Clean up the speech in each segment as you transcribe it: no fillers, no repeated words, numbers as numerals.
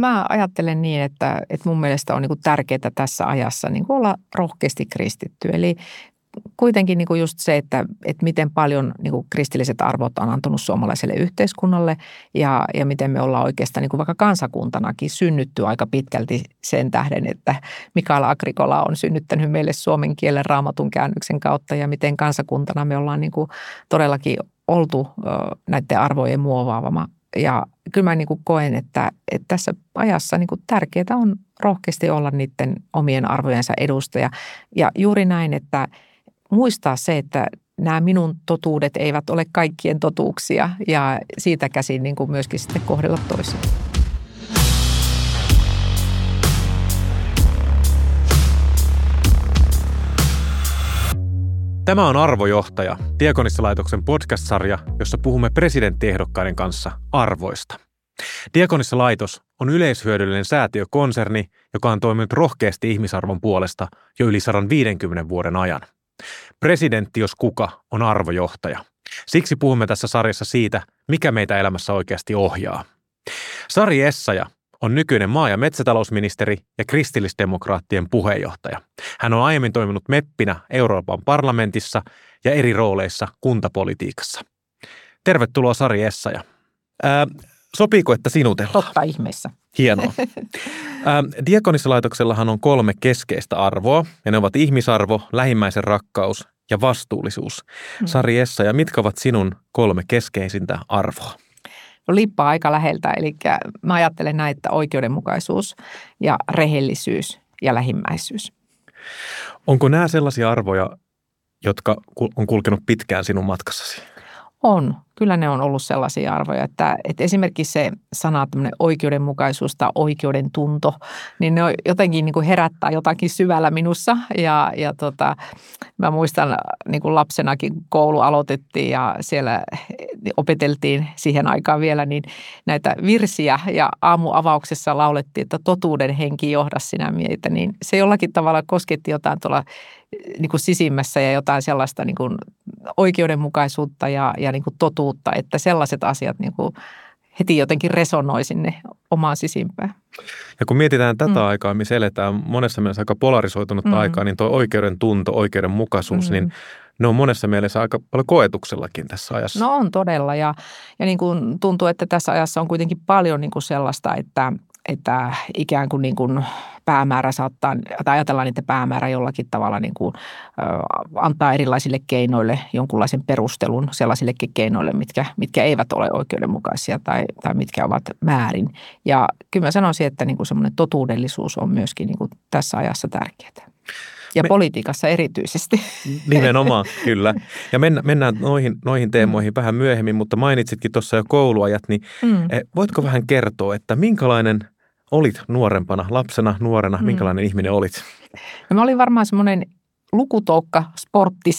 mä ajattelen niin, että mun mielestä on niin kuin tärkeää tässä ajassa niin kuin olla rohkeasti kristitty. Eli kuitenkin niin kuin just se, että miten paljon niin kuin kristilliset arvot on antanut suomalaiselle yhteiskunnalle ja miten me ollaan oikeastaan niin kuin vaikka kansakuntanakin synnytty aika pitkälti sen tähden, että Mikael Agricola on synnyttänyt meille suomen kielen Raamatun käännöksen kautta ja miten kansakuntana me ollaan niin kuin todellakin oltu näiden arvojen muovaavama. Ja kyllä mä niin kuin koen, että tässä ajassa niin kuin tärkeää on rohkeasti olla niiden omien arvojensa edustaja. Ja juuri näin, että muistaa se, että nämä minun totuudet eivät ole kaikkien totuuksia ja siitä käsin niin kuin myöskin sitten kohdella toisia. Tämä on Arvojohtaja, Diakonissalaitoksen podcast-sarja, jossa puhumme presidenttiehdokkaiden kanssa arvoista. Diakonissalaitos on yleishyödyllinen säätiökonserni, joka on toiminut rohkeasti ihmisarvon puolesta jo yli 150 vuoden ajan. Presidentti, jos kuka, on arvojohtaja. Siksi puhumme tässä sarjassa siitä, mikä meitä elämässä oikeasti ohjaa. Sari Essayah on nykyinen maa- ja metsätalousministeri ja kristillisdemokraattien puheenjohtaja. Hän on aiemmin toiminut meppinä Euroopan parlamentissa ja eri rooleissa kuntapolitiikassa. Tervetuloa Sari Essayah. Sopiiko, että sinutellaan? Totta ihmeessä. Hienoa. Diakonissalaitoksellahan on 3 keskeistä arvoa, ja ne ovat ihmisarvo, lähimmäisen rakkaus ja vastuullisuus. Sari Essayah, mitkä ovat sinun 3 keskeisintä arvoa? No, lippaa aika läheltä, eli mä ajattelen näin, että oikeudenmukaisuus ja rehellisyys ja lähimmäisyys. Onko nämä sellaisia arvoja, jotka on kulkenut pitkään sinun matkassasi? On. Kyllä ne on ollut sellaisia arvoja, että esimerkiksi se sana tämmöinen oikeudenmukaisuus tai oikeuden tunto, niin ne jotenkin niin kuin herättää jotakin syvällä minussa. Mä muistan niin kuin lapsenakin koulu aloitettiin ja siellä opeteltiin siihen aikaan vielä niin näitä virsiä ja aamuavauksessa laulettiin, että totuuden henki johda sinä meitä. Niin se jollakin tavalla kosketti jotain tuolla niin kuin sisimmässä ja jotain sellaista niin kuin oikeudenmukaisuutta ja niin kuin totuutta, että sellaiset asiat niin kuin heti jotenkin resonoi sinne omaan sisimpään. Ja kun mietitään tätä aikaa, missä eletään monessa mielessä aika polarisoitunutta aikaa, niin tuo oikeuden tunto, oikeudenmukaisuus, niin ne on monessa mielessä aika paljon koetuksellakin tässä ajassa. No on todella ja niin kuin tuntuu, että tässä ajassa on kuitenkin paljon niin kuin sellaista, että ikään kuin, päämäärä saattaa, tai ajatellaan, että päämäärä jollakin tavalla niin kuin, antaa erilaisille keinoille jonkunlaisen perustelun sellaisillekin keinoille, mitkä eivät ole oikeudenmukaisia tai mitkä ovat väärin. Ja kyllä mä sanoisin, että niin kuin semmoinen totuudellisuus on myöskin niin kuin tässä ajassa tärkeää. Ja politiikassa erityisesti. Nimenomaan, kyllä. Ja mennään noihin teemoihin vähän myöhemmin, mutta mainitsitkin tuossa jo kouluajat, niin voitko vähän kertoa, että minkälainen olit nuorempana, lapsena, nuorena, minkälainen ihminen olit? No, mä olin varmaan semmoinen lukutoukka sporttis,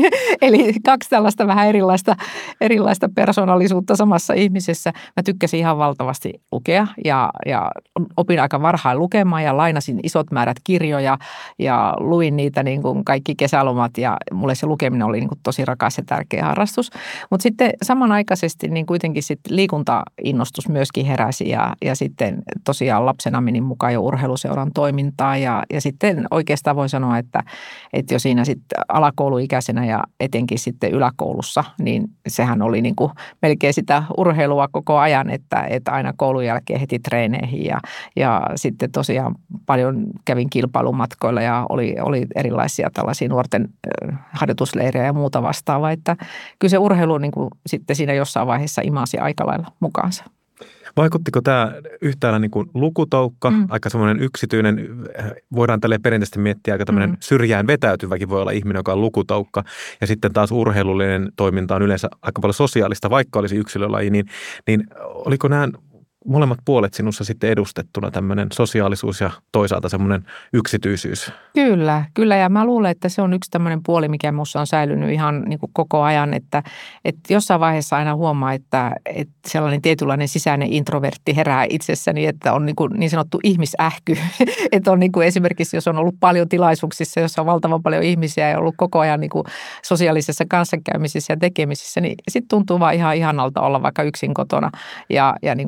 eli 2 tällaista vähän erilaista persoonallisuutta samassa ihmisessä. Mä tykkäsin ihan valtavasti lukea ja opin aika varhain lukemaan ja lainasin isot määrät kirjoja ja luin niitä niin kuin kaikki kesälomat ja mulle se lukeminen oli niin kuin tosi rakas ja tärkeä harrastus. Mutta sitten samanaikaisesti niin kuitenkin sitten liikuntainnostus myöskin heräsi ja sitten tosiaan lapsena menin mukaan jo urheiluseuran toimintaan ja sitten oikeastaan voi sanoa, että jo siinä sitten alakouluikäisenä ja etenkin sitten yläkoulussa, niin sehän oli niin kuin melkein sitä urheilua koko ajan, että aina koulun jälkeen heti treeneihin ja sitten tosiaan paljon kävin kilpailumatkoilla ja oli erilaisia tällaisia nuorten harjoitusleirejä ja muuta vastaavaa, että kyllä se urheilu niin kuin sitten siinä jossain vaiheessa imasi aika lailla mukaansa. Vaikuttiko tämä yhtäällä niin kuin lukutoukka, aika semmoinen yksityinen, voidaan tälleen perinteisesti miettiä, aika tämmöinen syrjään vetäytyväkin voi olla ihminen, joka on lukutoukka, ja sitten taas urheilullinen toiminta on yleensä aika paljon sosiaalista, vaikka olisi yksilölaji, niin oliko nämä molemmat puolet sinussa sitten edustettuna, tämmöinen sosiaalisuus ja toisaalta semmoinen yksityisyys? Kyllä ja mä luulen, että se on yksi tämmöinen puoli, mikä minussa on säilynyt ihan niin kuin koko ajan, että jossain vaiheessa aina huomaa, että sellainen tietynlainen sisäinen introvertti herää itsessäni, että on niin sanottu ihmisähky, että on niin kuin esimerkiksi, jos on ollut paljon tilaisuuksissa, jossa on valtavan paljon ihmisiä ja ollut koko ajan niin kuin sosiaalisessa kanssakäymisissä ja tekemisissä, niin sitten tuntuu vaan ihan ihanalta olla vaikka yksin kotona ja niin kuin ihan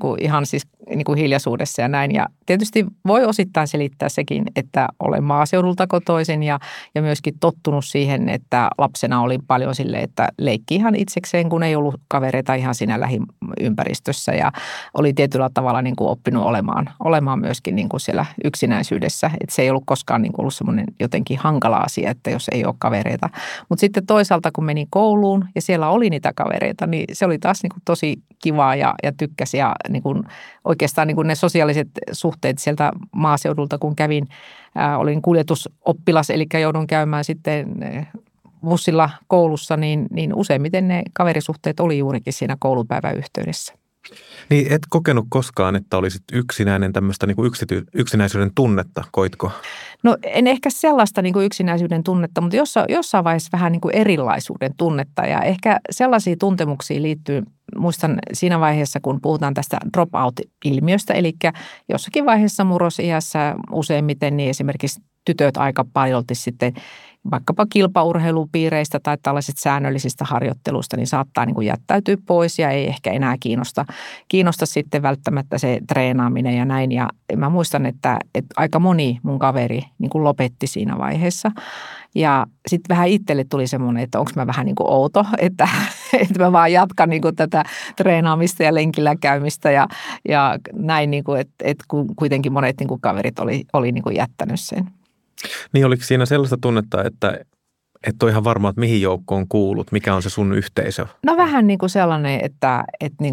ihan siis niin kuin hiljaisuudessa ja näin. Ja tietysti voi osittain selittää sekin, että olen maaseudulta kotoisin ja myöskin tottunut siihen, että lapsena oli paljon silleen, että leikki ihan itsekseen, kun ei ollut kavereita ihan siinä lähiympäristössä ja oli tietyllä tavalla niin kuin oppinut olemaan myöskin niin kuin siellä yksinäisyydessä. Että se ei ollut koskaan niin kuin ollut semmoinen jotenkin hankala asia, että jos ei ole kavereita. Mutta sitten toisaalta, kun menin kouluun ja siellä oli niitä kavereita, niin se oli taas niin kuin tosi kivaa ja tykkäsi ja niin kuin oikeastaan niin kuin ne sosiaaliset suhteet sieltä maaseudulta, kun kävin, olin kuljetusoppilas, eli joudun käymään sitten bussilla koulussa, niin useimmiten ne kaverisuhteet oli juurikin siinä koulupäivän yhteydessä. Niin et kokenut koskaan, että olisit yksinäinen, tämmöistä niin kuin yksinäisyyden tunnetta, koitko? No en ehkä sellaista niin kuin yksinäisyyden tunnetta, mutta jossain vaiheessa vähän niin kuin erilaisuuden tunnetta ja ehkä sellaisia tuntemuksia liittyy, muistan siinä vaiheessa, kun puhutaan tästä dropout-ilmiöstä, eli jossakin vaiheessa murrosiässä useimmiten niin esimerkiksi tytöt aika paljolti sitten vaikkapa kilpaurheilupiireistä tai tällaisista säännöllisistä harjoitteluista, niin saattaa niin kuin jättäytyä pois ja ei ehkä enää kiinnosta sitten välttämättä se treenaaminen ja näin. Ja mä muistan, että aika moni mun kaveri niin kuin lopetti siinä vaiheessa. Ja sitten vähän itselle tuli semmoinen, että onko mä vähän niin kuin outo, että mä vaan jatkan niin kuin tätä treenaamista ja lenkillä käymistä ja näin, niin kuin, että kuitenkin monet niin kuin kaverit oli niin kuin jättänyt sen. Niin oliko siinä sellaista tunnetta, että et ole ihan varma, että mihin joukkoon kuulut, mikä on se sun yhteisö? No vähän niin kuin sellainen, että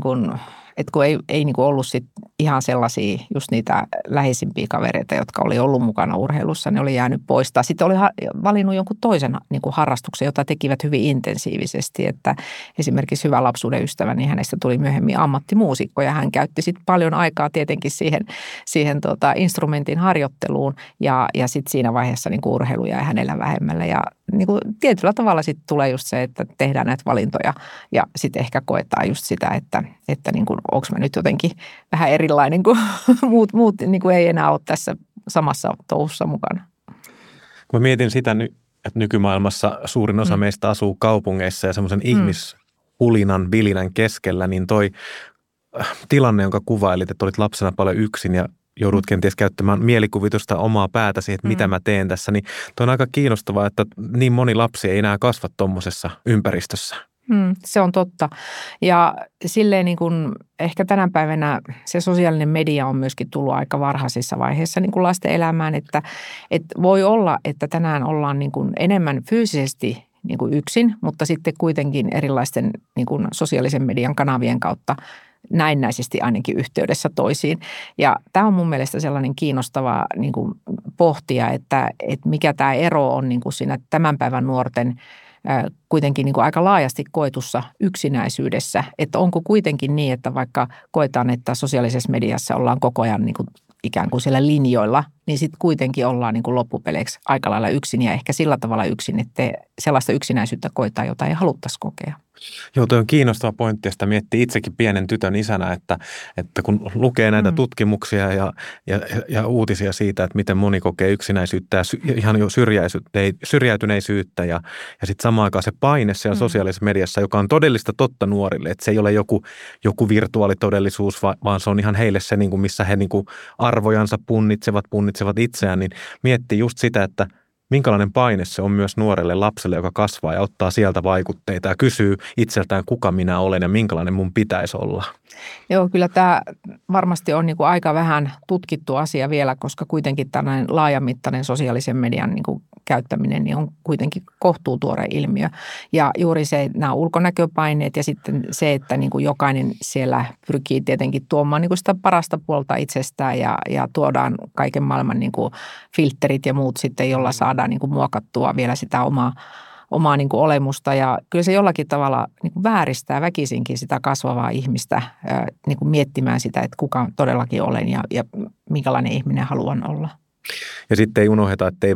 kun ei niin kuin ollut sit ihan sellaisia just niitä läheisimpiä kavereita, jotka oli ollut mukana urheilussa, ne oli jäänyt pois. Tai sitten oli valinnut jonkun toisen niin kuin harrastuksen, jota tekivät hyvin intensiivisesti. Että esimerkiksi hyvä lapsuuden ystävä, niin hänestä tuli myöhemmin ammattimuusikko ja hän käytti sitten paljon aikaa tietenkin siihen instrumentin harjoitteluun ja sitten siinä vaiheessa niin kuin urheilu jäi hänellä vähemmällä. Ja niin kuin tietyllä tavalla sitten tulee just se, että tehdään näitä valintoja ja sitten ehkä koetaan just sitä, että niin kuin, onko mä nyt jotenkin vähän erilainen kuin muut niin kuin ei enää ole tässä samassa touhussa mukana. Kun mä mietin sitä, että nykymaailmassa suurin osa meistä asuu kaupungeissa ja semmoisen ihmishulinan, vilinän keskellä, niin toi tilanne, jonka kuvailit, että olit lapsena paljon yksin ja joudut kenties käyttämään mielikuvitusta omaa päätäsi, että mitä mä teen tässä, niin toi on aika kiinnostavaa, että niin moni lapsi ei enää kasva tuommoisessa ympäristössä. Se on totta. Ja silleen niin kuin ehkä tänä päivänä se sosiaalinen media on myöskin tullut aika varhaisissa vaiheissa niin kuin lasten elämään, että voi olla, että tänään ollaan niin kuin enemmän fyysisesti niin kuin yksin, mutta sitten kuitenkin erilaisten niin kuin sosiaalisen median kanavien kautta näennäisesti ainakin yhteydessä toisiin. Ja tämä on mun mielestä sellainen kiinnostava niin kuin pohtia, että mikä tämä ero on niin kuin siinä tämän päivän nuorten kuitenkin niin kuin aika laajasti koetussa yksinäisyydessä. Että onko kuitenkin niin, että vaikka koetaan, että sosiaalisessa mediassa ollaan koko ajan niin kuin ikään kuin siellä linjoilla, niin sitten kuitenkin ollaan niin kuin loppupeleiksi aika lailla yksin ja ehkä sillä tavalla yksin, että sellaista yksinäisyyttä koetaan, jota ei haluttaisi kokea. Joo, toi on kiinnostava pointti, ja sitä miettii itsekin pienen tytön isänä, että kun lukee näitä tutkimuksia ja uutisia siitä, että miten moni kokee yksinäisyyttä ja ihan jo syrjäytyneisyyttä ja sitten samaan aikaan se paine siellä sosiaalisessa mediassa, joka on todellista totta nuorille, että se ei ole joku virtuaalitodellisuus, vaan se on ihan heille se, niin kuin missä he niin kuin arvojansa punnitsevat itseään, niin miettii just sitä, että minkälainen paine se on myös nuorelle lapselle, joka kasvaa ja ottaa sieltä vaikutteita ja kysyy itseltään, kuka minä olen ja minkälainen mun pitäisi olla. Joo, kyllä tämä varmasti on niin kuin aika vähän tutkittu asia vielä, koska kuitenkin tällainen laajamittainen sosiaalisen median niin kuin käyttäminen niin on kuitenkin kohtuutuore ilmiö. Ja juuri se, nämä ulkonäköpaineet ja sitten se, että niin kuin jokainen siellä pyrkii tietenkin tuomaan niin kuin sitä parasta puolta itsestään ja tuodaan kaiken maailman niin kuin filterit ja muut sitten, jolla saadaan niin kuin muokattua vielä sitä omaa niin kuin olemusta. Ja kyllä se jollakin tavalla niin kuin vääristää väkisinkin sitä kasvavaa ihmistä niin kuin miettimään sitä, että kuka todellakin olen ja minkälainen ihminen haluan olla. Ja sitten ei unohdeta, että ei vaan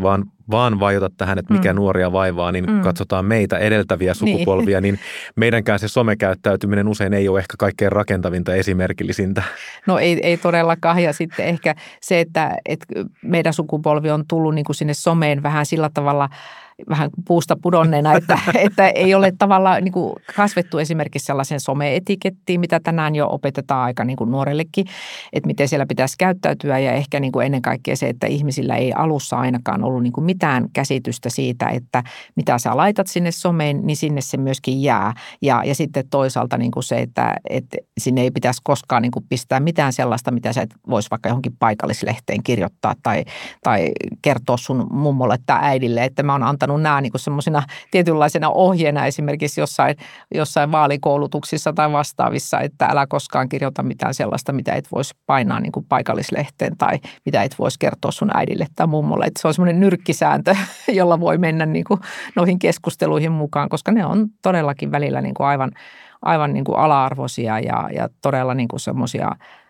vaan vaiota tähän, että mikä nuoria vaivaa, niin katsotaan meitä edeltäviä sukupolvia, niin meidänkään se somekäyttäytyminen usein ei ole ehkä kaikkein rakentavinta esimerkillisintä. No ei todellakaan, ja sitten ehkä se, että meidän sukupolvi on tullut niin kuin sinne someen vähän sillä tavalla vähän puusta pudonneena, että ei ole tavallaan niin kuin kasvettu esimerkiksi sellaisen some-etikettiin, mitä tänään jo opetetaan aika niin kuin nuorellekin, että miten siellä pitäisi käyttäytyä ja ehkä niin kuin ennen kaikkea se, että ihmisillä ei alussa ainakaan ollut niin kuin mitään käsitystä siitä, että mitä sä laitat sinne someen, niin sinne se myöskin jää. Ja sitten toisaalta niin kuin se, että sinne ei pitäisi koskaan niin kuin pistää mitään sellaista, mitä sä et voisi vaikka johonkin paikallislehteen kirjoittaa tai kertoa sun mummolle tai äidille, että mä oon antanut nämä niin kuin semmoisina tietynlaisena ohjeena esimerkiksi jossain vaalikoulutuksissa tai vastaavissa, että älä koskaan kirjoita mitään sellaista, mitä et voisi painaa niin kuin paikallislehteen tai mitä et voisi kertoa sun äidille tai mummolle. Että se on semmoinen nyrkkisääntö, jolla voi mennä niin kuin noihin keskusteluihin mukaan, koska ne on todellakin välillä niin kuin aivan niin kuin ala-arvoisia ja todella niin kuin semmoisia,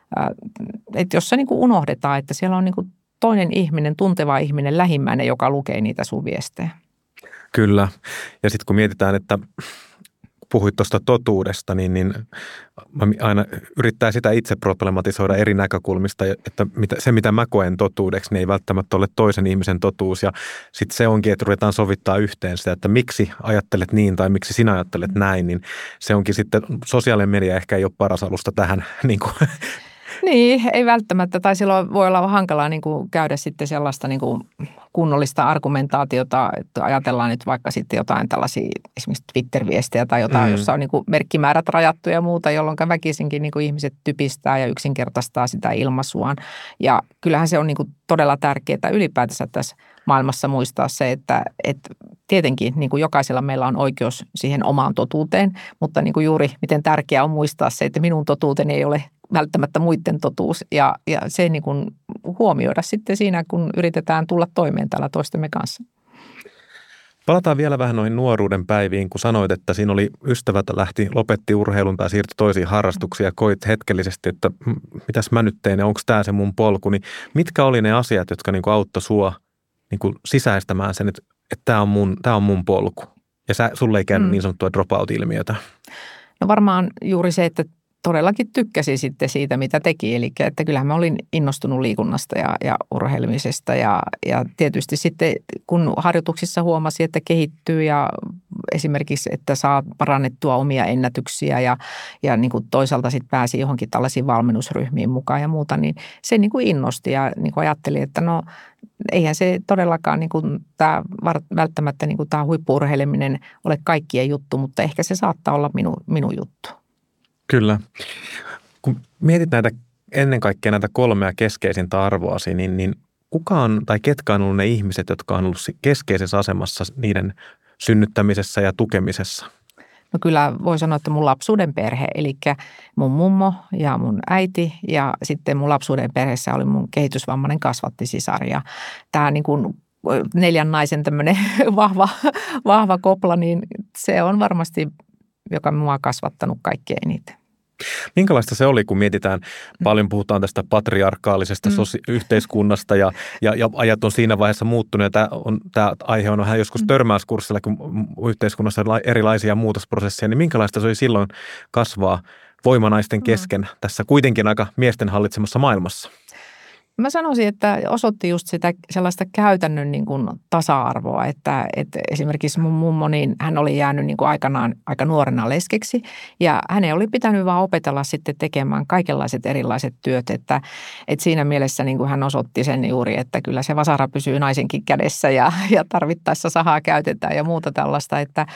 että jos se niin kuin unohdetaan, että siellä on niin kuin toinen ihminen, tunteva ihminen, lähimmäinen, joka lukee niitä sun viestejä. Kyllä. Ja sitten kun mietitään, että puhuit tuosta totuudesta, niin mä aina yrittää sitä itse problematisoida eri näkökulmista, että se mitä mä koen totuudeksi, niin ei välttämättä ole toisen ihmisen totuus. Ja sitten se onkin, että ruvetaan sovittaa yhteen sitä, että miksi ajattelet niin tai miksi sinä ajattelet näin, niin se onkin sitten, sosiaalinen media ehkä ei ole paras alusta tähän niin kuin. Niin, ei välttämättä. Tai silloin voi olla hankalaa niin kuin käydä sitten sellaista niin kuin kunnollista argumentaatiota, että ajatellaan nyt vaikka sitten jotain tällaisia esimerkiksi Twitter-viestejä tai jotain, jossa on niin kuin merkkimäärät rajattu ja muuta, jolloin väkisinkin niin kuin ihmiset typistää ja yksinkertaistaa sitä ilmaisuaan. Ja kyllähän se on niin kuin todella tärkeää ylipäätänsä tässä maailmassa muistaa se, että tietenkin niin kuin jokaisella meillä on oikeus siihen omaan totuuteen, mutta niin kuin juuri miten tärkeää on muistaa se, että minun totuuteni ei ole välttämättä muiden totuus ja se niin kuin huomioida sitten siinä, kun yritetään tulla toimeen täällä toistemme kanssa. Palataan vielä vähän noihin nuoruuden päiviin, kun sanoit, että siinä oli ystävät lopetti urheilun tai siirtyi toisiin harrastuksiin ja koit hetkellisesti, että mitäs mä nyt teen ja onko tämä se mun polku. Niin mitkä oli ne asiat, jotka niin kuin auttoi sua niin kuin sisäistämään sen, että tämä on mun polku ja sulle ei käynyt niin sanottua dropout-ilmiötä? No varmaan juuri se, että todellakin tykkäsi sitten siitä, mitä teki. Eli että kyllähän mä olin innostunut liikunnasta ja urheilemisesta ja tietysti sitten kun harjoituksissa huomasi, että kehittyy ja esimerkiksi, että saa parannettua omia ennätyksiä ja niin kuin toisaalta sitten pääsi johonkin tällaisiin valmennusryhmiin mukaan ja muuta, niin se niin kuin innosti ja niin kuin ajattelin, että no eihän se todellakaan niin kuin tämä välttämättä niin kuin tämä huippu-urheileminen ole kaikkien juttu, mutta ehkä se saattaa olla minun juttu. Kyllä. Kun mietit ennen kaikkea näitä kolmea keskeisintä arvoasi, niin kuka on tai ketkä on ollut ne ihmiset, jotka on ollut keskeisessä asemassa niiden synnyttämisessä ja tukemisessa? No kyllä voi sanoa, että mun lapsuuden perhe, eli mun mummo ja mun äiti ja sitten mun lapsuuden perheessä oli mun kehitysvammainen kasvattisisar. Ja tämä niin kuin 4 naisen tämmöinen vahva kopla, niin se on varmasti, joka mua on kasvattanut kaikkein eniten. Minkälaista se oli, kun mietitään, paljon puhutaan tästä patriarkaalisesta yhteiskunnasta ja ajat on siinä vaiheessa muuttunut. Tämä aihe on vähän joskus törmäyskurssilla, kun yhteiskunnassa on erilaisia muutosprosesseja, niin minkälaista se oli silloin kasvaa voimanaisten kesken tässä kuitenkin aika miesten hallitsemassa maailmassa? Mä sanoisin, että osoitti just sitä sellaista käytännön niin kuin tasa-arvoa, että esimerkiksi mun mummo, niin hän oli jäänyt niin kuin aikanaan aika nuorena leskeksi ja hänen oli pitänyt vaan opetella sitten tekemään kaikenlaiset erilaiset työt, että siinä mielessä niin kuin hän osoitti sen juuri, että kyllä se vasara pysyy naisenkin kädessä ja tarvittaessa sahaa käytetään ja muuta tällaista, että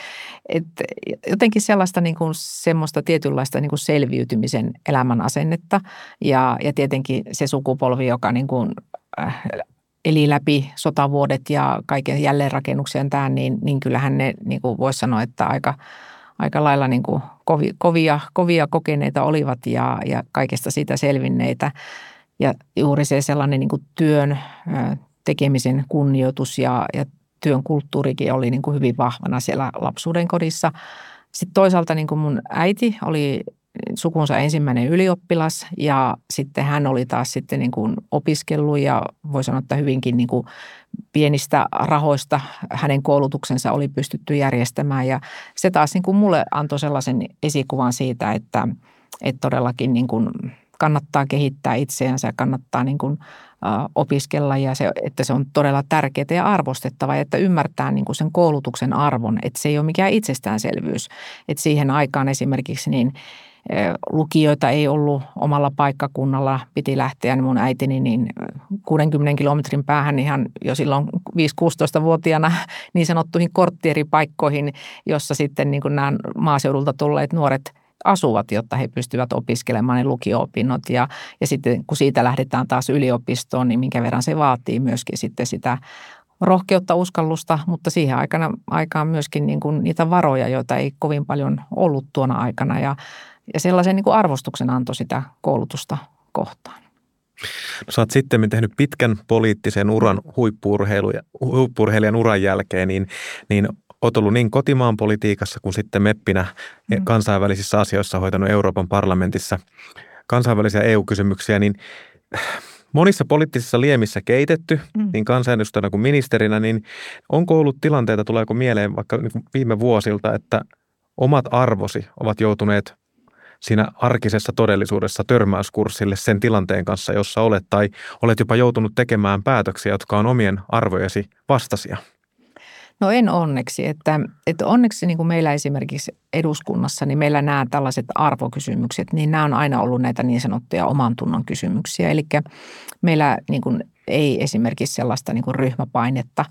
jotenkin sellaista niin kuin semmoista tietynlaista niin kuin selviytymisen elämän asennetta ja tietenkin se sukupolvi, joka niin kuin eli läpi sotavuodet ja kaiken jälleenrakennuksen tämän, niin kyllähän ne niin kuin voisi sanoa, että aika lailla niin kuin kovia kokeneita olivat ja kaikesta siitä selvinneitä. Ja juuri se sellainen niin kuin työn tekemisen kunnioitus ja työn kulttuurikin oli niin kuin hyvin vahvana siellä lapsuuden kodissa. Sitten toisaalta niin kuin mun äiti oli sukunsa ensimmäinen ylioppilas ja sitten hän oli taas sitten niin kuin opiskellut ja voi sanoa, että hyvinkin niin kuin pienistä rahoista hänen koulutuksensa oli pystytty järjestämään ja se taas niin kuin mulle antoi sellaisen esikuvan siitä, että todellakin niin kuin kannattaa kehittää itseänsä ja kannattaa niin kuin opiskella ja että se on todella tärkeää ja arvostettava ja että ymmärtää niin kuin sen koulutuksen arvon, että se ei ole mikään itsestäänselvyys. Että siihen aikaan esimerkiksi niin lukioita ei ollut omalla paikkakunnalla, piti lähteä mun äitini niin 60 kilometrin päähän ihan jo silloin 5-16-vuotiaana niin sanottuihin kortteeripaikkoihin, jossa sitten niin kuin nämä maaseudulta tulleet nuoret asuvat, jotta he pystyvät opiskelemaan ne lukio-opinnot ja sitten kun siitä lähdetään taas yliopistoon, niin minkä verran se vaatii myöskin sitten sitä rohkeutta, uskallusta, mutta siihen aikaan myöskin niin kuin niitä varoja, joita ei kovin paljon ollut tuona aikana ja sellaisen niin kuin arvostuksen antoi sitä koulutusta kohtaan. No, sä oot sitten tehnyt pitkän poliittisen uran huippu-urheilijan uran jälkeen, niin oot ollut niin kotimaan politiikassa kuin sitten meppinä kansainvälisissä asioissa hoitanut Euroopan parlamentissa kansainvälisiä EU-kysymyksiä, niin monissa poliittisissa liemissä keitetty, niin kansanedustajana kuin ministerinä, niin onko ollut tilanteita, tuleeko mieleen vaikka viime vuosilta, että omat arvosi ovat joutuneet siinä arkisessa todellisuudessa törmäyskurssille sen tilanteen kanssa, jossa olet, tai olet jopa joutunut tekemään päätöksiä, jotka on omien arvojesi vastaisia? No en onneksi, että onneksi niin kuin meillä esimerkiksi eduskunnassa, niin meillä nämä tällaiset arvokysymykset, niin nämä on aina ollut näitä niin sanottuja oman tunnon kysymyksiä. Eli meillä niin kuin ei esimerkiksi sellaista niin kuin ryhmäpainetta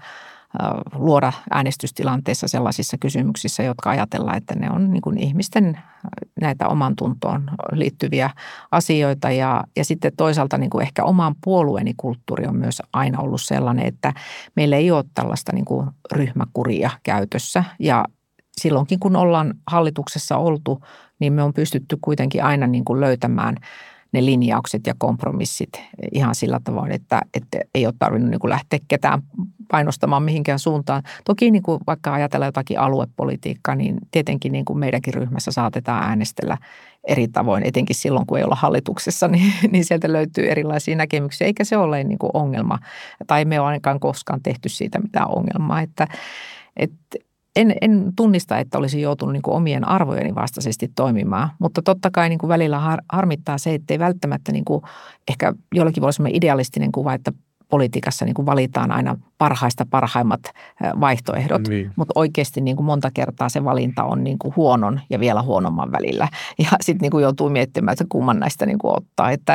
luoda äänestystilanteessa sellaisissa kysymyksissä, jotka ajatellaan, että ne on niin kuin ihmisten näitä oman tuntoon liittyviä asioita. Ja sitten toisaalta niin kuin ehkä oman puolueeni kulttuuri on myös aina ollut sellainen, että meillä ei ole tällaista niin kuin ryhmäkuria käytössä. Ja silloinkin, kun ollaan hallituksessa oltu, niin me on pystytty kuitenkin aina niin kuin löytämään ne linjaukset ja kompromissit ihan sillä tavoin, että ei ole tarvinnut niin kuin lähteä ketään painostamaan mihinkään suuntaan. Toki niin kuin vaikka ajatella jotakin aluepolitiikkaa, niin tietenkin niin kuin meidänkin ryhmässä saatetaan äänestellä eri tavoin, etenkin silloin, kun ei olla hallituksessa, niin sieltä löytyy erilaisia näkemyksiä, eikä se ole niin kuin ongelma, tai me ei ole ainakaan koskaan tehty siitä mitään ongelmaa, että En tunnista, että olisi joutunut niin kuin omien arvojeni vastaisesti toimimaan, mutta totta kai niin kuin välillä harmittaa se, että ei välttämättä niin kuin, ehkä jollakin voi olla sellainen idealistinen kuva, että politiikassa niin kuin valitaan aina parhaista parhaimmat vaihtoehdot, mutta oikeasti niin kuin monta kertaa se valinta on niin kuin huonon ja vielä huonomman välillä. Ja sitten niin kuin joutuu miettimään, että kumman näistä niin kuin ottaa. Että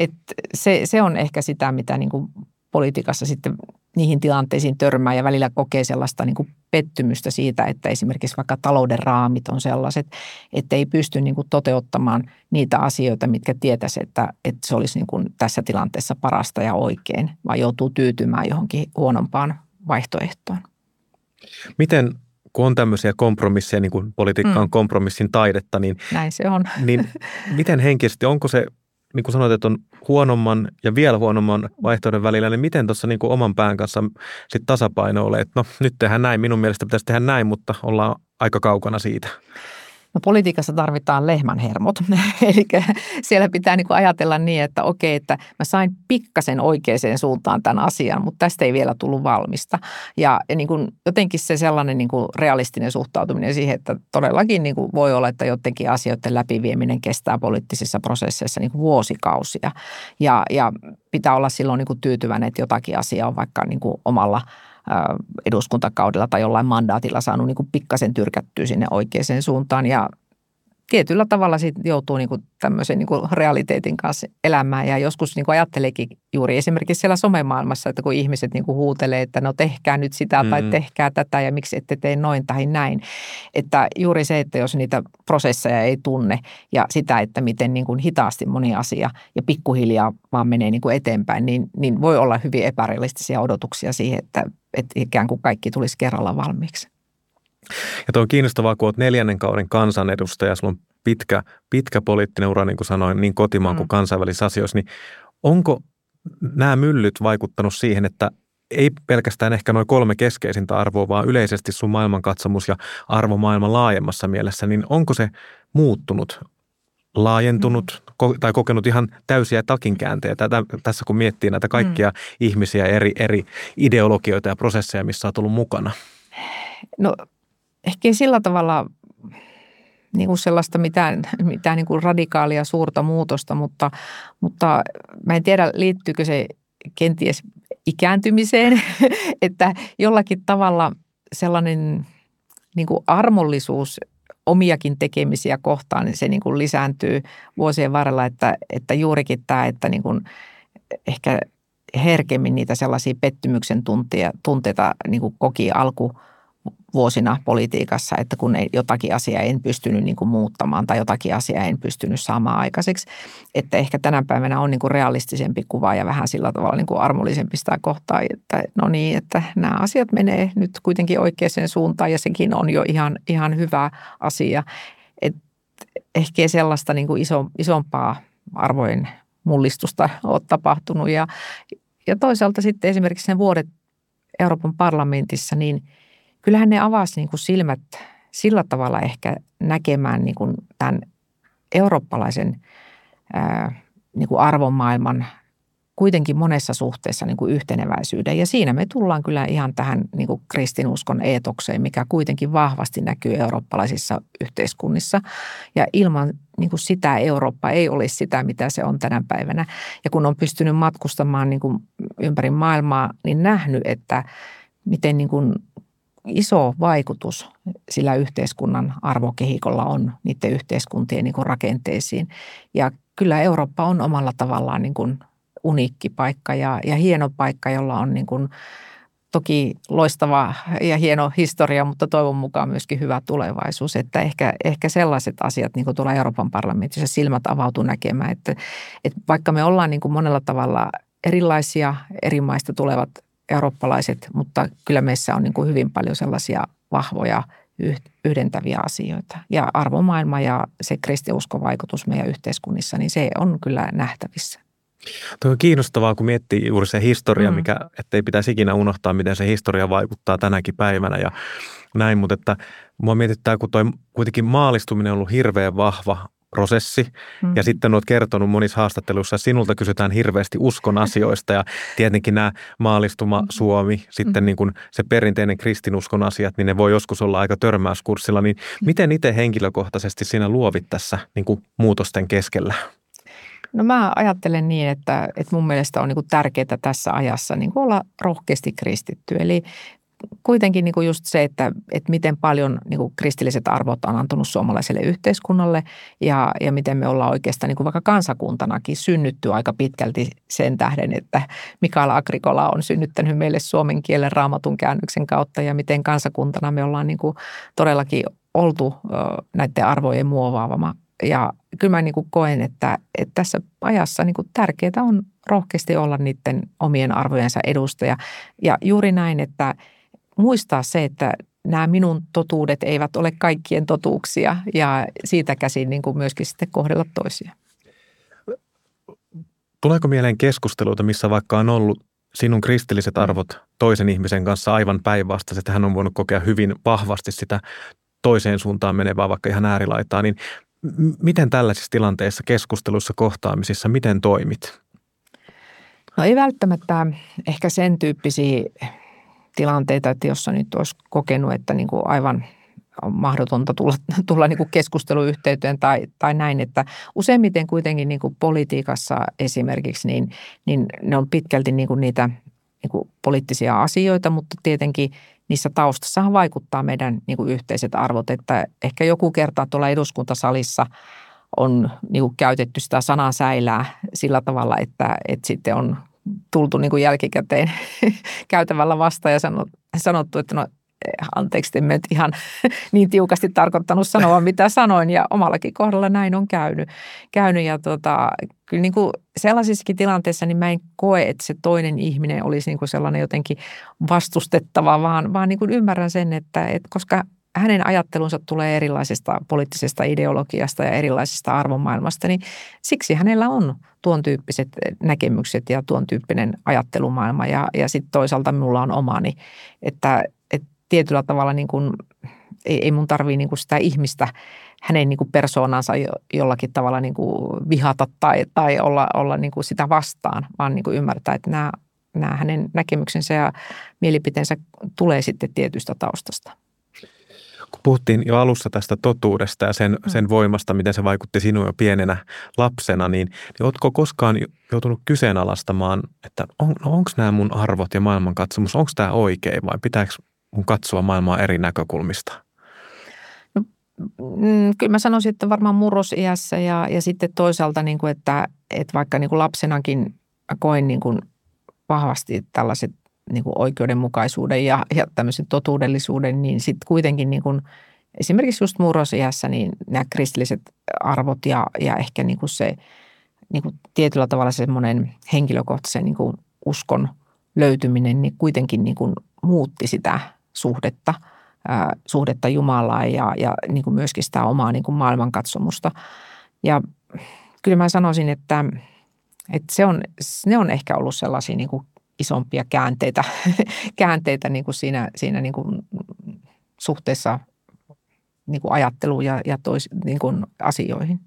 se on ehkä sitä, mitä niin kuin politiikassa sitten niihin tilanteisiin törmää ja välillä kokee sellaista niin kuin pettymystä siitä, että esimerkiksi vaikka talouden raamit on sellaiset, että ei pysty niin kuin toteuttamaan niitä asioita, mitkä tietäisi, että se olisi niin kuin tässä tilanteessa parasta ja oikein, vaan joutuu tyytymään johonkin huonompaan vaihtoehtoon. Miten, kun on tämmöisiä kompromisseja, niin kuin politiikka on kompromissin taidetta, niin, näin se on. Niin miten henkisesti, onko se, niin kuin sanoit, että on huonomman ja vielä huonomman vaihtoehdon välillä, niin miten tuossa niin kuin oman pään kanssa sit tasapaino ole, että no nyt tehdään näin, minun mielestä pitäisi tehdä näin, mutta ollaan aika kaukana siitä. No politiikassa tarvitaan lehmänhermot, eli siellä pitää niin kuin ajatella niin, että okei, että mä sain pikkasen oikeaan suuntaan tämän asian, mutta tästä ei vielä tullut valmista. Ja niin kuin jotenkin se sellainen niin kuin realistinen suhtautuminen siihen, että todellakin niin kuin voi olla, että jotenkin asioiden läpivieminen kestää poliittisissa prosesseissa niin kuin vuosikausia. Ja pitää olla silloin niin kuin tyytyväinen, että jotakin asiaa on vaikka niin kuin omalla eduskuntakaudella tai jollain mandaatilla saanut niin kuin pikkasen tyrkättyä sinne oikeaan suuntaan ja tietyllä tavalla siitä joutuu niin kuin tämmöisen niin kuin realiteetin kanssa elämään ja joskus niin kuin ajatteleekin juuri esimerkiksi siellä somemaailmassa, että kun ihmiset niin kuin huutelee, että no tehkää nyt sitä tai tehkää tätä ja miksi ette tee noin tai näin. Että juuri se, että jos niitä prosesseja ei tunne ja sitä, että miten niin kuin hitaasti moni asia ja pikkuhiljaa vaan menee niin kuin eteenpäin, niin voi olla hyvin epärealistisia odotuksia siihen, että ikään kuin kaikki tulisi kerralla valmiiksi. Ja tuo on kiinnostavaa, kun olet 4. kauden kansanedustaja, sulla on pitkä poliittinen ura, niin kuin sanoin, niin kotimaan kuin kansainvälisissä asioissa, niin onko nämä myllyt vaikuttanut siihen, että ei pelkästään ehkä noin 3 keskeisintä arvoa, vaan yleisesti sun maailmankatsomus ja arvomaailman laajemmassa mielessä, niin onko se muuttunut laajentunut tai kokenut ihan täysiä takinkäänteitä. Tässä kun miettii näitä kaikkia ihmisiä, eri ideologioita ja prosesseja, missä olet ollut mukana. No ehkä sillä tavalla niin kuin sellaista mitään niin kuin radikaalia suurta muutosta, mutta mä en tiedä, liittyykö se kenties ikääntymiseen, että jollakin tavalla sellainen niin kuin armollisuus omiakin tekemisiä kohtaan, niin se niin kuin lisääntyy vuosien varrella, että juurikin tämä, että niin kuin ehkä herkemmin niitä sellaisia pettymyksen tunteita niin kuin koki alkuvuosina politiikassa, että kun jotakin asiaa en pystynyt niin kuin muuttamaan tai jotakin asiaa en pystynyt saamaan aikaiseksi, että ehkä tänä päivänä on niin kuin realistisempi kuva ja vähän sillä tavalla niin kuin armollisempi sitä kohtaa, että no niin, että nämä asiat menee nyt kuitenkin oikeaan suuntaan ja sekin on jo ihan hyvä asia. Että ehkä sellaista niin kuin isompaa arvojen mullistusta on tapahtunut ja toisaalta sitten esimerkiksi sen vuodet Euroopan parlamentissa, niin kyllähän ne avasi niin kuin silmät sillä tavalla ehkä näkemään niin kuin tämän eurooppalaisen niin kuin arvomaailman kuitenkin monessa suhteessa niin kuin yhteneväisyyden. Ja siinä me tullaan kyllä ihan tähän niin kuin kristinuskon eetokseen, mikä kuitenkin vahvasti näkyy eurooppalaisissa yhteiskunnissa. Ja ilman niin kuin sitä Eurooppa ei olisi sitä, mitä se on tänä päivänä. Ja kun on pystynyt matkustamaan niin kuin ympäri maailmaa, niin nähnyt, että miten niin kuin iso vaikutus sillä yhteiskunnan arvokehikolla on niiden yhteiskuntien niin kuin rakenteisiin. Ja kyllä Eurooppa on omalla tavallaan niin kuin uniikki paikka ja hieno paikka, jolla on niin kuin toki loistava ja hieno historia, mutta toivon mukaan myöskin hyvä tulevaisuus. Että ehkä sellaiset asiat niin kuin tuolla Euroopan parlamentissa silmät avautuu näkemään, että vaikka me ollaan niin kuin monella tavalla erilaisia eri maista tulevat eurooppalaiset, mutta kyllä meissä on niin kuin hyvin paljon sellaisia vahvoja yhdentäviä asioita. Ja arvomaailma ja se kristinuskon vaikutus meidän yhteiskunnissa, niin se on kyllä nähtävissä. Tuo on kiinnostavaa, kun miettii juuri se historia, ettei pitäisi ikinä unohtaa, miten se historia vaikuttaa tänäkin päivänä ja näin. Mutta että mua mietittää, kun toi kuitenkin maalistuminen on ollut hirveän vahva prosessi. Ja sitten olet kertonut monissa haastatteluissa, että sinulta kysytään hirveästi uskon asioista ja tietenkin nämä maalistuma Suomi, sitten niin kuin se perinteinen kristinuskon asiat, niin ne voi joskus olla aika törmäyskurssilla. Niin miten itse henkilökohtaisesti sinä luovit tässä niin kuin muutosten keskellä? No mä ajattelen niin, että mun mielestä on niin kuin tärkeää tässä ajassa niin kuin olla rohkeasti kristitty. Eli kuitenkin niin kuin just se, että miten paljon niin kuin kristilliset arvot on antanut suomalaiselle yhteiskunnalle ja miten me ollaan oikeastaan niin kuin vaikka kansakuntanakin synnytty aika pitkälti sen tähden, että Mikael Agricola on synnyttänyt meille suomen kielen Raamatun käännöksen kautta ja miten kansakuntana me ollaan niin kuin todellakin oltu näiden arvojen muovaavama. Ja kyllä mä niin kuin koen, että tässä ajassa niin kuin tärkeää on rohkeasti olla niiden omien arvojensa edustaja. Ja juuri näin, että muistaa se, että nämä minun totuudet eivät ole kaikkien totuuksia ja siitä käsin niin kuin myöskin sitten kohdella toisia. Tuleeko mieleen keskusteluita, missä vaikka on ollut sinun kristilliset arvot toisen ihmisen kanssa aivan päinvastaiset, että hän on voinut kokea hyvin vahvasti sitä toiseen suuntaan menevää, vaikka ihan äärilaitaa, niin miten tällaisissa tilanteissa, keskusteluissa, kohtaamisissa, miten toimit? No ei välttämättä ehkä sen tyyppisiä tilanteita, että jos nyt olisi kokenut, että niin kuin aivan on mahdotonta tulla niin kuin keskusteluyhteyteen tai näin, että useimmiten kuitenkin niin kuin politiikassa esimerkiksi, niin ne on pitkälti niin kuin niitä niin kuin poliittisia asioita, mutta tietenkin niissä taustassahan vaikuttaa meidän niin kuin yhteiset arvot, että ehkä joku kerta tuolla eduskuntasalissa on niin kuin käytetty sitä sanansäilää sillä tavalla, että sitten on tultu niin kuin jälkikäteen käytävällä vastaan ja sanottu, että no anteeksi, en ihan niin tiukasti tarkoittanut sanoa, mitä sanoin ja omallakin kohdalla näin on käynyt ja kyllä niin kuin sellaisissakin tilanteissa niin mä en koe, että se toinen ihminen olisi niin kuin sellainen jotenkin vastustettava, vaan niin kuin ymmärrän sen, että koska hänen ajattelunsa tulee erilaisesta poliittisesta ideologiasta ja erilaisesta arvomaailmasta, niin siksi hänellä on tuon tyyppiset näkemykset ja tuon tyyppinen ajattelumaailma ja sitten toisaalta minulla on omani, että tietyllä tavalla niin kuin ei mun tarvitse niin kuin sitä ihmistä, hänen niin kuin persoonansa jollakin tavalla niin kuin vihata tai olla niin kuin sitä vastaan, vaan niin kuin ymmärtää, että nämä hänen näkemyksensä ja mielipiteensä tulee sitten tietystä taustasta. Kun puhuttiin jo alussa tästä totuudesta ja sen voimasta, miten se vaikutti sinuun jo pienenä lapsena, niin oletko koskaan joutunut kyseenalaistamaan, että onko nämä mun arvot ja maailmankatsomus, onko tämä oikein vai pitääkö mun katsoa maailmaa eri näkökulmista? No, kyllä mä sanoisin, että varmaan murrosiässä ja sitten toisaalta, niin kuin, että vaikka niin kuin lapsenakin koin niin kuin vahvasti tällaiset niin kuin oikeudenmukaisuuden ja tämmöisen totuudellisuuden, niin sitten kuitenkin niin kuin esimerkiksi just murrosiässä niin nämä kristilliset arvot ja ehkä niin kuin se niin kuin tietyllä tavalla semmoinen henkilökohtaisen niin kuin uskon löytyminen, niin kuitenkin niin kuin muutti sitä suhdetta Jumalaan ja niin kuin myöskin sitä omaa niin kuin maailmankatsomusta. Ja kyllä mä sanoisin, että ne on ehkä ollut sellaisia niin kuin isompia käänteitä niin kuin siinä niin kuin suhteessa niin kuin ajatteluun ja niin kuin asioihin.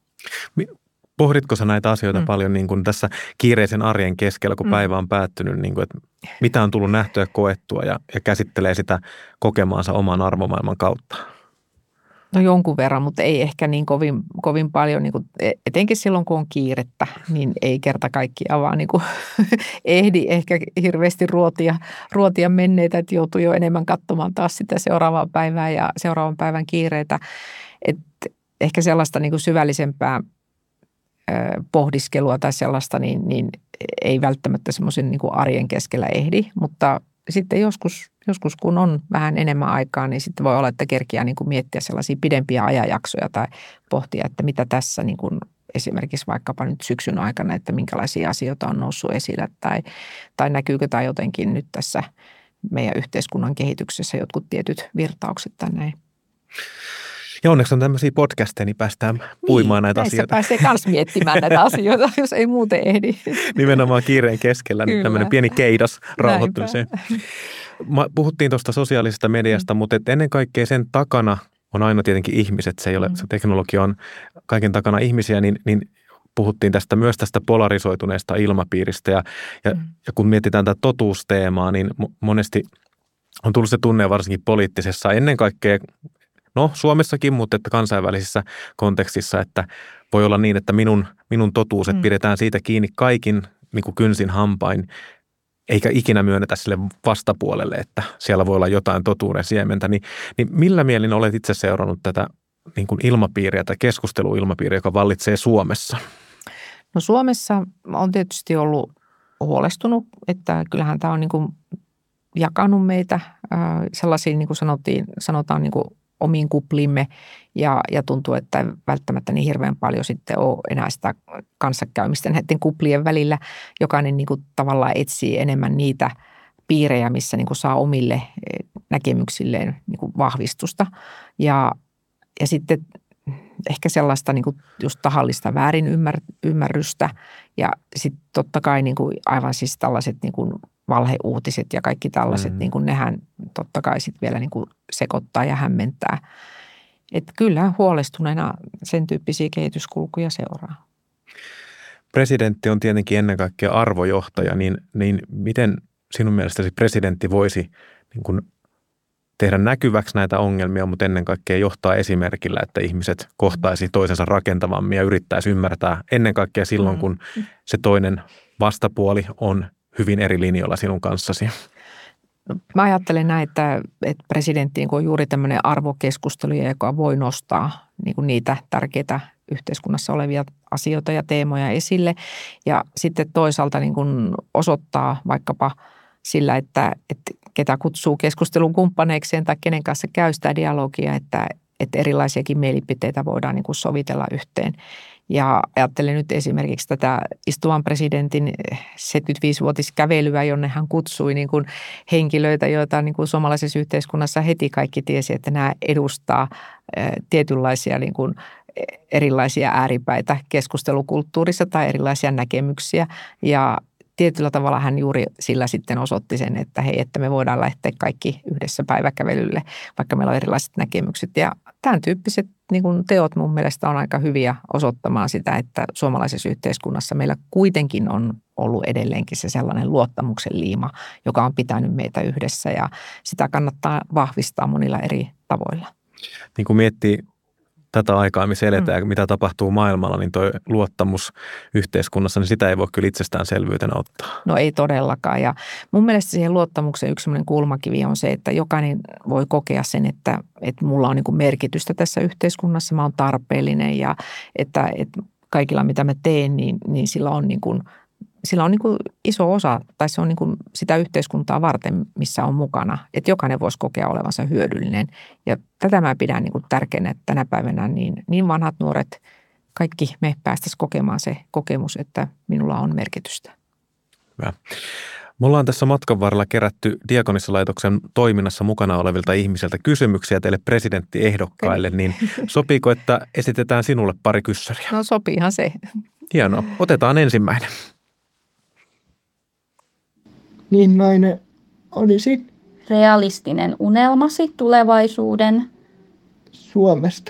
Pohditko sä näitä asioita paljon niin kuin tässä kiireisen arjen keskellä, kun päivä on päättynyt, niin kuin, että mitä on tullut nähtyä ja koettua ja käsittelee sitä kokemaansa oman arvomaailman kautta? No jonkun verran, mutta ei ehkä niin kovin paljon, niin kuin, etenkin silloin kun on kiirettä, niin ei kerta kaikkiaan vaan niin kuin ehdi ehkä hirveästi ruotia menneitä, että joutuu jo enemmän katsomaan taas sitä seuraavaa päivää ja seuraavan päivän kiireitä. Et ehkä sellaista niin kuin syvällisempää pohdiskelua tai sellaista, niin ei välttämättä semmoisen niin kuin arjen keskellä ehdi, mutta sitten joskus kun on vähän enemmän aikaa, niin sitten voi olla, että kerkiää niin kuin miettiä sellaisia pidempiä ajanjaksoja tai pohtia, että mitä tässä niin kuin esimerkiksi vaikkapa nyt syksyn aikana, että minkälaisia asioita on noussut esille tai näkyykö tämä jotenkin nyt tässä meidän yhteiskunnan kehityksessä jotkut tietyt virtaukset tai näin. Ja onneksi on tämmöisiä podcasteja, niin päästään puimaan näitä asioita. Pääsee myös miettimään näitä asioita, jos ei muuten ehdi. Nimenomaan kiireen keskellä, niin tämmöinen pieni keidas rauhoittumiseen. Puhuttiin tuosta sosiaalisesta mediasta, mutta ennen kaikkea sen takana on aina tietenkin ihmiset. Se ei ole, se teknologia on kaiken takana ihmisiä, niin puhuttiin myös tästä polarisoituneesta ilmapiiristä. Ja kun mietitään tätä totuusteemaa, niin monesti on tullut se tunne varsinkin poliittisessa ennen kaikkea, no Suomessakin, mutta että kansainvälisessä kontekstissa, että voi olla niin, että minun totuus, että pidetään siitä kiinni kaikin niin kuin kynsin hampain, eikä ikinä myönnetä sille vastapuolelle, että siellä voi olla jotain totuuden siementä. Niin millä mielin olet itse seurannut tätä niin kuin ilmapiiriä tai keskusteluilmapiiriä, joka vallitsee Suomessa? No Suomessa on tietysti ollut huolestunut, että kyllähän tämä on niin kuin jakanut meitä sellaisiin, niin kuin sanotaan niin kuin omiin kupliimme ja tuntuu, että välttämättä niin hirveän paljon sitten ole enää sitä kanssakäymistä näiden kuplien välillä. Jokainen niin kuin tavallaan etsii enemmän niitä piirejä, missä niin kuin saa omille näkemyksilleen niin kuin vahvistusta. Ja sitten ehkä sellaista niin kuin just tahallista väärinymmärrystä ja sitten totta kai niin kuin aivan siis tällaiset niin kuin valheuutiset ja kaikki tällaiset, niin kuin nehän totta kai sitten vielä niin kuin sekoittaa ja hämmentää. Että kyllä huolestuneena sen tyyppisiä kehityskulkuja seuraa. Presidentti on tietenkin ennen kaikkea arvojohtaja, niin miten sinun mielestäsi presidentti voisi niin kuin tehdä näkyväksi näitä ongelmia, mutta ennen kaikkea johtaa esimerkillä, että ihmiset kohtaisi toisensa rakentavammin ja yrittäisi ymmärtää ennen kaikkea silloin, kun se toinen vastapuoli on hyvin eri linjoilla sinun kanssasi? No, mä ajattelen näin, että presidentti on juuri tämmöinen arvokeskustelu, joka voi nostaa niin kuin niitä tärkeitä yhteiskunnassa olevia asioita ja teemoja esille. Ja sitten toisaalta niin kuin osoittaa vaikkapa sillä, että ketä kutsuu keskustelun kumppaneikseen tai kenen kanssa käy sitä dialogia, että erilaisiakin mielipiteitä voidaan niin kuin sovitella yhteen. Ja ajattelen nyt esimerkiksi tätä istuvan presidentin 75-vuotiskävelyä, jonne hän kutsui niin kuin henkilöitä, joita niin kuin suomalaisessa yhteiskunnassa heti kaikki tiesi, että nämä edustaa tietynlaisia niin kuin erilaisia ääripäitä keskustelukulttuurissa tai erilaisia näkemyksiä. Ja tietyllä tavalla hän juuri sillä sitten osoitti sen, että hei, että me voidaan lähteä kaikki yhdessä päiväkävelylle, vaikka meillä on erilaiset näkemykset. Ja tämän tyyppiset niin kuin teot mun mielestä on aika hyviä osoittamaan sitä, että suomalaisessa yhteiskunnassa meillä kuitenkin on ollut edelleenkin se sellainen luottamuksen liima, joka on pitänyt meitä yhdessä ja sitä kannattaa vahvistaa monilla eri tavoilla. Niin kun miettii tätä aikaa, missä eletään ja mitä tapahtuu maailmalla, niin tuo luottamus yhteiskunnassa, niin sitä ei voi kyllä itsestäänselvyytenä ottaa. No ei todellakaan. Ja mun mielestä siihen luottamuksen yksi sellainen kulmakivi on se, että jokainen voi kokea sen, että mulla on niin kuin merkitystä tässä yhteiskunnassa, mä oon tarpeellinen ja että kaikilla mitä mä teen, niin sillä on niin kuin iso osa, tai se on niin kuin sitä yhteiskuntaa varten, missä on mukana. Että jokainen voisi kokea olevansa hyödyllinen. Ja tätä mä pidän niin kuin tärkeänä, että tänä päivänä niin vanhat nuoret, kaikki me päästäisiin kokemaan se kokemus, että minulla on merkitystä. Hyvä. Me ollaan tässä matkan varrella kerätty Diakonissalaitoksen toiminnassa mukana olevilta ihmisiltä kysymyksiä teille presidenttiehdokkaille, niin sopiiko, että esitetään sinulle pari kyssäriä? No sopiihan se. Hienoa. Otetaan ensimmäinen. Millainen olisi realistinen unelmasi tulevaisuuden Suomesta?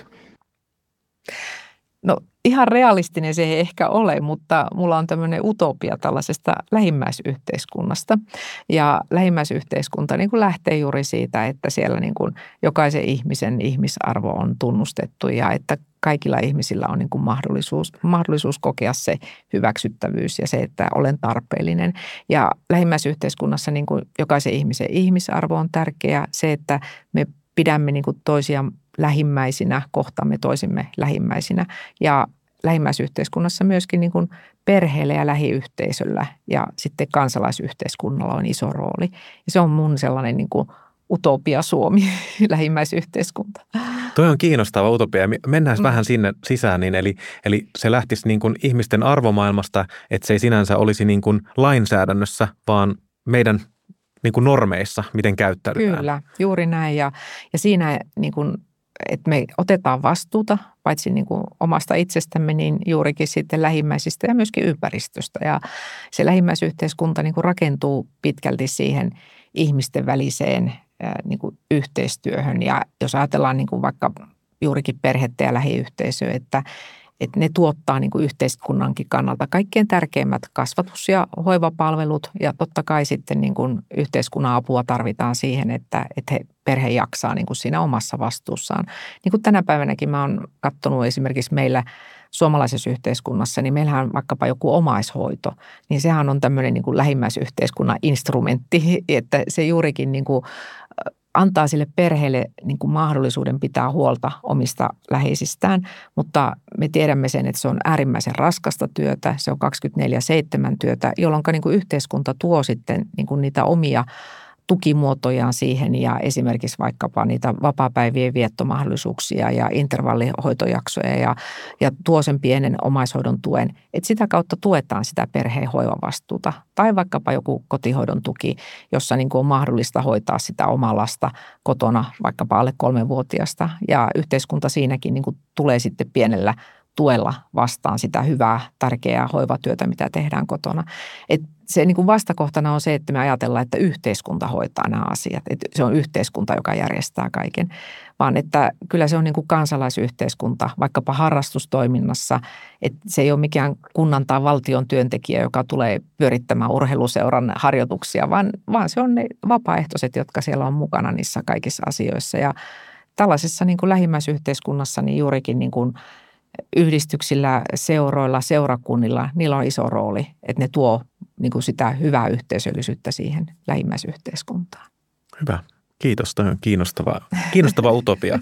No ihan realistinen se ei ehkä ole, mutta mulla on tämmöinen utopia tällaisesta lähimmäisyhteiskunnasta. Ja lähimmäisyhteiskunta niin kuin lähtee juuri siitä, että siellä niin kuin jokaisen ihmisen ihmisarvo on tunnustettu ja että kaikilla ihmisillä on niin kuin mahdollisuus kokea se hyväksyttävyys ja se, että olen tarpeellinen. Ja lähimmäisyhteiskunnassa niin kuin jokaisen ihmisen ihmisarvo on tärkeä. Se, että me pidämme niin kuin toisia lähimmäisinä, kohtaamme toisimme lähimmäisinä ja lähimmäisyhteiskunnassa myöskin niin kuin perheellä ja lähiyhteisöllä ja sitten kansalaisyhteiskunnalla on iso rooli. Ja se on mun sellainen niin kuin utopia Suomi, lähimmäisyhteiskunta. Toi on kiinnostava utopia. Mennään vähän sinne sisään, niin eli se lähtisi niin kuin ihmisten arvomaailmasta, että se ei sinänsä olisi niin kuin lainsäädännössä, vaan meidän niin kuin normeissa, miten käyttäydytään. Kyllä, juuri näin. Ja siinä niin kuin että me otetaan vastuuta paitsi niin kuin omasta itsestämme, niin juurikin sitten lähimmäisistä ja myöskin ympäristöstä. Ja se lähimmäisyhteiskunta niin kuin rakentuu pitkälti siihen ihmisten väliseen niin kuin yhteistyöhön. Ja jos ajatellaan niin kuin vaikka juurikin perhettä ja lähiyhteisöä, että ne tuottaa niin kuin yhteiskunnankin kannalta kaikkein tärkeimmät kasvatus- ja hoivapalvelut. Ja totta kai sitten niin kuin yhteiskunnan apua tarvitaan siihen, että perhe jaksaa niin kuin siinä omassa vastuussaan. Niin kuin tänä päivänäkin mä oon katsonut esimerkiksi meillä suomalaisessa yhteiskunnassa, niin meillähän vaikkapa joku omaishoito, niin sehän on tämmöinen niin kuin lähimmäisyhteiskunnan instrumentti, että se juurikin niin kuin antaa sille perheelle niin kuin mahdollisuuden pitää huolta omista läheisistään, mutta me tiedämme sen, että se on äärimmäisen raskasta työtä, se on 24/7 työtä, jolloin niin kuin yhteiskunta tuo sitten niin kuin niitä omia tukimuotojaan siihen ja esimerkiksi vaikkapa niitä vapaapäivien viettomahdollisuuksia ja intervallihoitojaksoja ja tuo sen pienen omaishoidon tuen, että sitä kautta tuetaan sitä perheen hoivavastuuta. Tai vaikkapa joku kotihoidon tuki, jossa niin kuin on mahdollista hoitaa sitä omaa lasta kotona vaikkapa alle 3-vuotiaasta ja yhteiskunta siinäkin niin kuin tulee sitten pienellä tuella vastaan sitä hyvää, tärkeää hoivatyötä, mitä tehdään kotona. Et se niin kuin vastakohtana on se, että me ajatellaan, että yhteiskunta hoitaa nämä asiat. Että se on yhteiskunta, joka järjestää kaiken. Vaan että kyllä se on niin kuin kansalaisyhteiskunta, vaikkapa harrastustoiminnassa. Että se ei ole mikään kunnan tai valtion työntekijä, joka tulee pyörittämään urheiluseuran harjoituksia, vaan se on ne vapaaehtoiset, jotka siellä on mukana niissä kaikissa asioissa. Ja tällaisessa niin kuin lähimmäisyhteiskunnassa niin juurikin niin kuin yhdistyksillä, seuroilla, seurakunnilla, niillä on iso rooli, että ne tuo niin kuin sitä hyvää yhteisöllisyyttä siihen lähimmäisyhteiskuntaan. Hyvä. Kiitos. Tämä on kiinnostava utopia.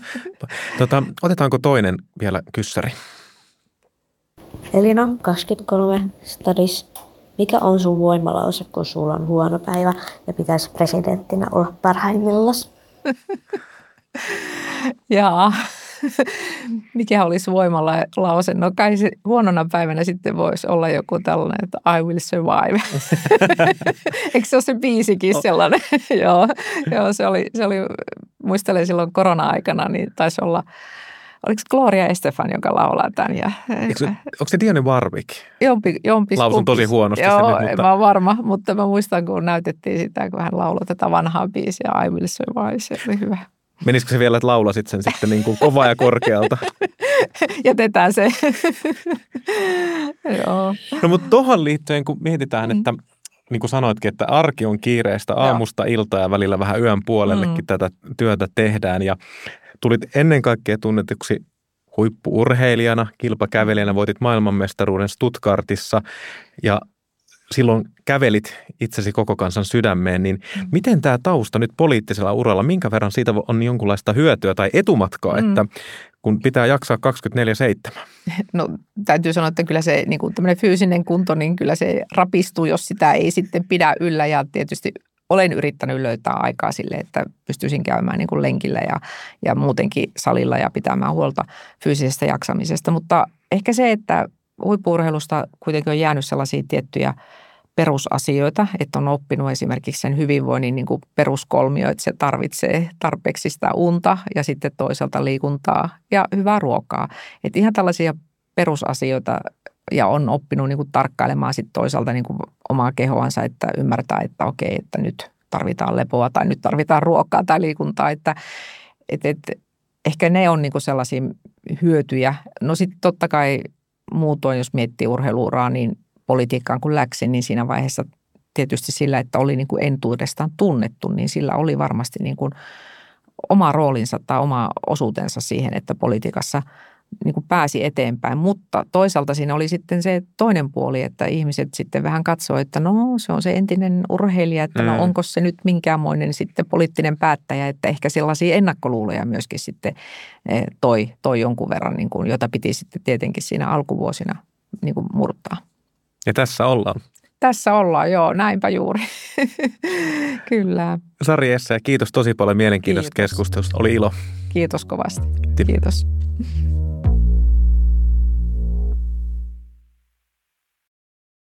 Otetaanko toinen vielä kyssäri? Elina, 23, stadis. Mikä on sun voimalause, kun sulla on huono päivä ja pitäisi presidenttinä olla parhaimmillaan? Jaa. Mikä olisi voimalause? No kai se huonona päivänä sitten voisi olla joku tällainen, että I will survive. Eikö se ole se biisikin sellainen? Joo, se oli, muistelen silloin korona-aikana, niin taisi olla Oliko Gloria Estefan, joka laulaa tämän? Onko se Dionne Warwick? Jompis. Lausun tosi huonosti Joo, sen nyt, mutta... en mä varma, mutta mä muistan, kun näytettiin sitä, kun hän lauloi tätä vanhaa biisiä I Will Survive, se oli hyvä. Menisikö se vielä, että laulasit sen sitten niin kuin kovaa ja korkealta? Jätetään se. Joo. No mutta tuohon liittyen, kun mietitään, että niin kuin sanoitkin, että arki on kiireistä aamusta iltaan ja välillä vähän yön puolellekin tätä työtä tehdään. Ja tulit ennen kaikkea tunnetuksi huippu-urheilijana, kilpakävelijänä, voitit maailmanmestaruuden Stuttgartissa ja silloin kävelit itsesi koko kansan sydämeen, niin miten tämä tausta nyt poliittisella uralla, minkä verran siitä on jonkunlaista hyötyä tai etumatkaa, että kun pitää jaksaa 24/7? No täytyy sanoa, että kyllä se niin kuin tämmöinen fyysinen kunto, niin kyllä se rapistuu, jos sitä ei sitten pidä yllä ja tietysti olen yrittänyt löytää aikaa sille, että pystyisin käymään niin kuin lenkillä ja muutenkin salilla ja pitämään huolta fyysisestä jaksamisesta, mutta ehkä se, että huippu-urheilusta kuitenkin on jäänyt sellaisia tiettyjä perusasioita, että on oppinut esimerkiksi sen hyvinvoinnin niin kuin peruskolmio, että se tarvitsee tarpeeksi sitä unta ja sitten toisaalta liikuntaa ja hyvää ruokaa. Että ihan tällaisia perusasioita ja on oppinut niin kuin tarkkailemaan sitten toisaalta niin kuin omaa kehoansa, että ymmärtää, että okei, että nyt tarvitaan lepoa tai nyt tarvitaan ruokaa tai liikuntaa, että ehkä ne on niin kuin sellaisia hyötyjä. No sitten totta kai muutoin, jos miettii urheiluuraa, niin politiikkaan kun läksin, niin siinä vaiheessa tietysti sillä, että oli niin kuin entuudestaan tunnettu, niin sillä oli varmasti niin kuin oma roolinsa tai oma osuutensa siihen, että politiikassa niin kuin pääsi eteenpäin. Mutta toisaalta siinä oli sitten se toinen puoli, että ihmiset sitten vähän katsoo, että no se on se entinen urheilija, että no onko se nyt minkäänmoinen sitten poliittinen päättäjä, että ehkä sellaisia ennakkoluuloja myöskin sitten toi jonkun verran, niin kuin, jota piti sitten tietenkin siinä alkuvuosina niin kuin murtaa. Ja tässä ollaan. Tässä ollaan, joo, näinpä juuri. Kyllä. Sari Essayah, kiitos tosi paljon mielenkiintoisesta keskustelusta. Oli ilo. Kiitos kovasti. Kiitos.